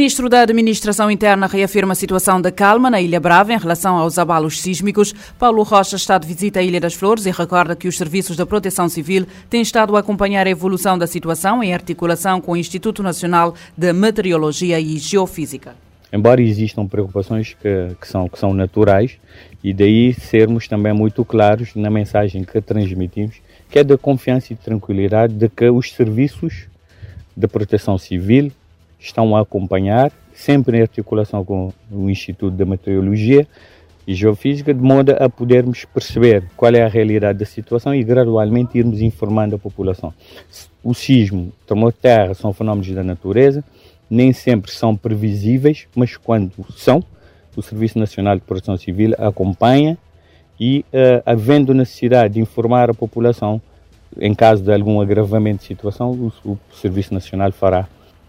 Ministro da Administração Interna reafirma a situação da calma na Ilha Brava em relação aos abalos sísmicos. Paulo Rocha está de visita à Ilha das Flores e recorda que os serviços da Proteção Civil têm estado a acompanhar a evolução da situação em articulação com o Instituto Nacional de Meteorologia e Geofísica. Embora existam preocupações que são naturais, e daí sermos também muito claros na mensagem que transmitimos, que é da confiança e tranquilidade de que os serviços da Proteção Civil estão a acompanhar, sempre em articulação com o Instituto de Meteorologia e Geofísica, de modo a podermos perceber qual é a realidade da situação e gradualmente irmos informando a população. O sismo, o tremor de terra são fenómenos da natureza, nem sempre são previsíveis, mas quando são, o Serviço Nacional de Proteção Civil acompanha e, havendo necessidade de informar a população, em caso de algum agravamento de situação, o Serviço Nacional fará.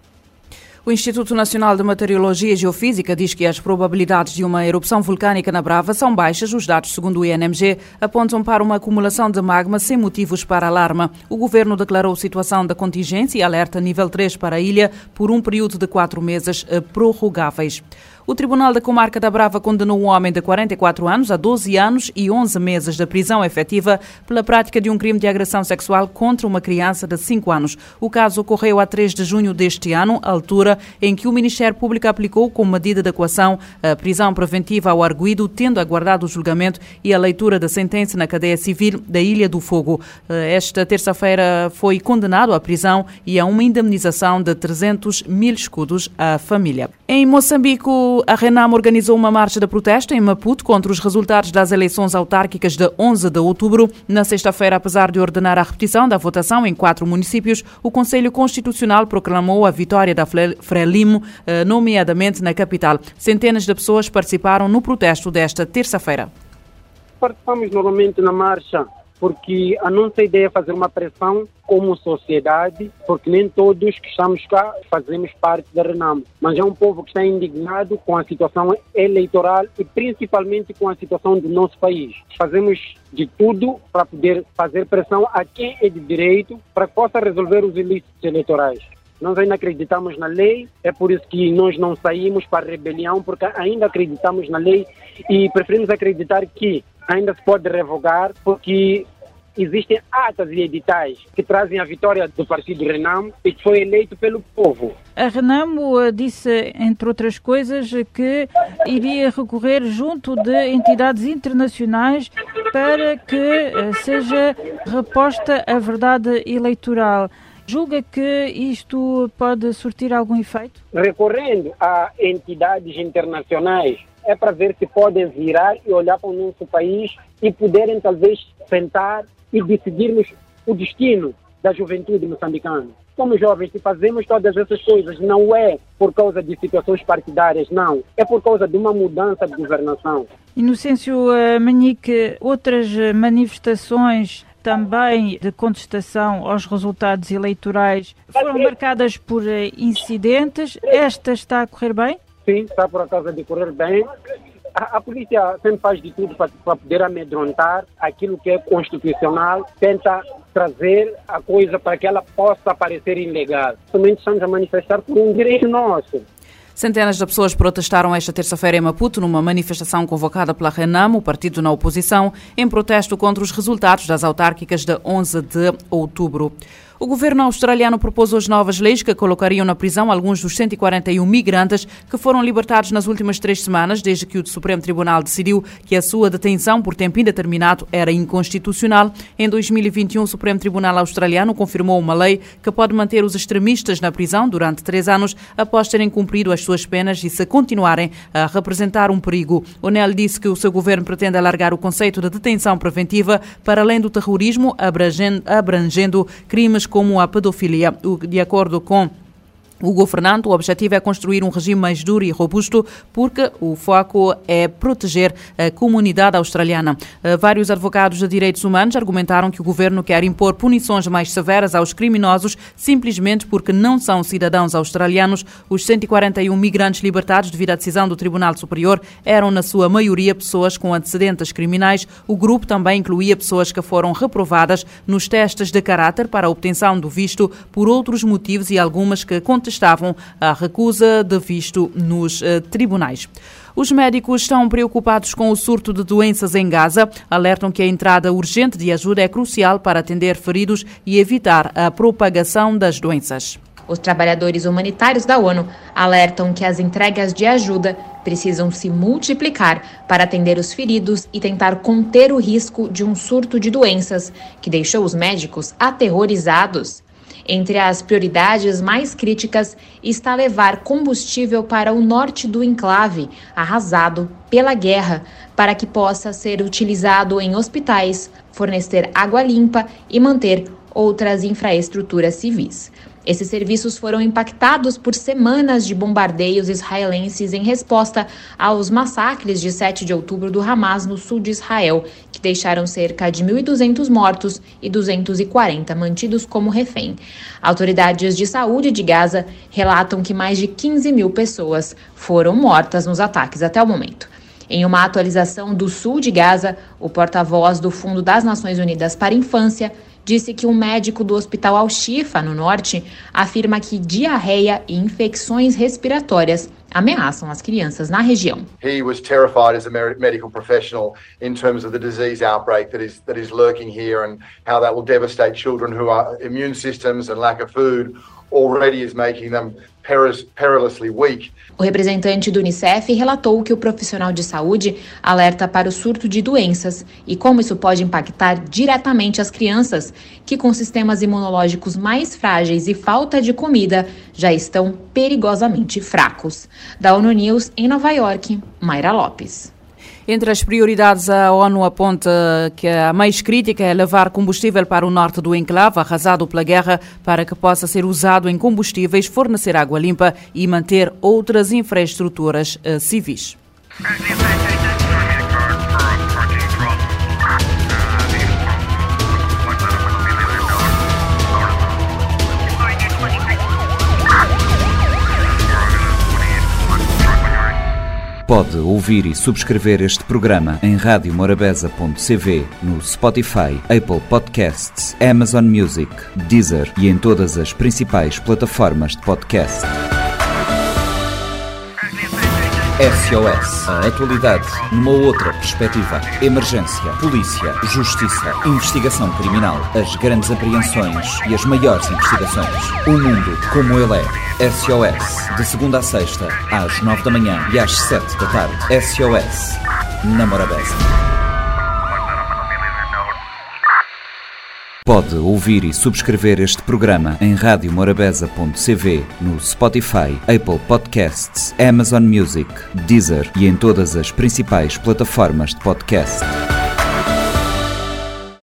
O Instituto Nacional de Meteorologia e Geofísica diz que as probabilidades de uma erupção vulcânica na Brava são baixas. Os dados, segundo o INMG, apontam para uma acumulação de magma sem motivos para alarma. O governo declarou situação de contingência e alerta nível 3 para a ilha por um período de 4 meses prorrogáveis. O Tribunal da Comarca da Brava condenou um homem de 44 anos a 12 anos e 11 meses de prisão efetiva pela prática de um crime de agressão sexual contra uma criança de 5 anos. O caso ocorreu a 3 de junho deste ano, altura em que o Ministério Público aplicou como medida de coação a prisão preventiva ao arguido, tendo aguardado o julgamento e a leitura da sentença na cadeia civil da Ilha do Fogo. Esta terça-feira foi condenado à prisão e a uma indemnização de 300 mil escudos à família. Em Moçambique, a RENAM organizou uma marcha de protesto em Maputo contra os resultados das eleições autárquicas de 11 de outubro. Na sexta-feira, apesar de ordenar a repetição da votação em 4 municípios, o Conselho Constitucional proclamou a vitória da Frelimo, nomeadamente na capital. Centenas de pessoas participaram no protesto desta terça-feira. Participamos novamente na marcha porque a nossa ideia é fazer uma pressão como sociedade, porque nem todos que estamos cá fazemos parte da RENAM, mas é um povo que está indignado com a situação eleitoral e principalmente com a situação do nosso país. Fazemos de tudo para poder fazer pressão a quem é de direito para que possa resolver os ilícitos eleitorais. Nós ainda acreditamos na lei, é por isso que nós não saímos para a rebelião, porque ainda acreditamos na lei e preferimos acreditar que ainda se pode revogar, porque existem atas e editais que trazem a vitória do partido RENAM e que foi eleito pelo povo. A RENAM disse, entre outras coisas, que iria recorrer junto de entidades internacionais para que seja reposta a verdade eleitoral. Julga que isto pode surtir algum efeito? Recorrendo a entidades internacionais, é para ver se podem virar e olhar para o nosso país e poderem talvez sentar e decidirmos o destino da juventude moçambicana. Como jovens, se fazemos todas essas coisas, não é por causa de situações partidárias, não. É por causa de uma mudança de governação. Inocêncio Manique, outras manifestações também de contestação aos resultados eleitorais foram marcadas por incidentes. Esta está a correr bem? Sim, está por acaso a decorrer bem. A polícia sempre faz de tudo para poder amedrontar aquilo que é constitucional, tenta trazer a coisa para que ela possa parecer ilegal. Somente estamos a manifestar por um direito nosso. Centenas de pessoas protestaram esta terça-feira em Maputo numa manifestação convocada pela RENAM, o partido na oposição, em protesto contra os resultados das autárquicas de 11 de outubro. O governo australiano propôs hoje novas leis que colocariam na prisão alguns dos 141 migrantes que foram libertados nas últimas 3 semanas, desde que o Supremo Tribunal decidiu que a sua detenção por tempo indeterminado era inconstitucional. Em 2021, o Supremo Tribunal australiano confirmou uma lei que pode manter os extremistas na prisão durante 3 anos após terem cumprido as suas penas e se continuarem a representar um perigo. O NEL disse que o seu governo pretende alargar o conceito de detenção preventiva para além do terrorismo, abrangendo crimes como a pedofilia. De acordo com o governante, o objetivo é construir um regime mais duro e robusto, porque o foco é proteger a comunidade australiana. Vários advogados de direitos humanos argumentaram que o governo quer impor punições mais severas aos criminosos simplesmente porque não são cidadãos australianos. Os 141 migrantes libertados devido à decisão do Tribunal Superior eram, na sua maioria, pessoas com antecedentes criminais. O grupo também incluía pessoas que foram reprovadas nos testes de caráter para a obtenção do visto por outros motivos e algumas que contestaram contestavam a recusa de visto nos tribunais. Os médicos estão preocupados com o surto de doenças em Gaza. Alertam que a entrada urgente de ajuda é crucial para atender feridos e evitar a propagação das doenças. Os trabalhadores humanitários da ONU alertam que as entregas de ajuda precisam se multiplicar para atender os feridos e tentar conter o risco de um surto de doenças que deixou os médicos aterrorizados. Entre as prioridades mais críticas está levar combustível para o norte do enclave, arrasado pela guerra, para que possa ser utilizado em hospitais, fornecer água limpa e manter outras infraestruturas civis. Esses serviços foram impactados por semanas de bombardeios israelenses em resposta aos massacres de 7 de outubro do Hamas no sul de Israel, que deixaram cerca de 1.200 mortos e 240 mantidos como refém. Autoridades de saúde de Gaza relatam que mais de 15 mil pessoas foram mortas nos ataques até o momento. Em uma atualização do sul de Gaza, o porta-voz do Fundo das Nações Unidas para a Infância disse que um médico do Hospital Al-Shifa, no norte, afirma que diarreia e infecções respiratórias ameaçam as crianças na região. He was terrified as a medical professional in terms of the disease outbreak that is lurking here and how that will devastate children who are immune systems and lack of food already is making them perilously weak. O representante do Unicef relatou que o profissional de saúde alerta para o surto de doenças e como isso pode impactar diretamente as crianças, que com sistemas imunológicos mais frágeis e falta de comida já estão perigosamente fracos. Da ONU News, em Nova York, Mayra Lopes. Entre as prioridades, a ONU aponta que a mais crítica é levar combustível para o norte do enclave, arrasado pela guerra, para que possa ser usado em combustíveis, fornecer água limpa e manter outras infraestruturas civis. Pode ouvir e subscrever este programa em radiomorabeza.cv, no Spotify, Apple Podcasts, Amazon Music, Deezer e em todas as principais plataformas de podcast. SOS. A atualidade numa outra perspectiva. Emergência, polícia, justiça, investigação criminal, as grandes apreensões e as maiores investigações. O mundo como ele é. SOS. De segunda a sexta, às 9 da manhã e às 7 da tarde. SOS. Na Morabeza. Pode ouvir e subscrever este programa em radiomorabeza.cv, no Spotify, Apple Podcasts, Amazon Music, Deezer e em todas as principais plataformas de podcast.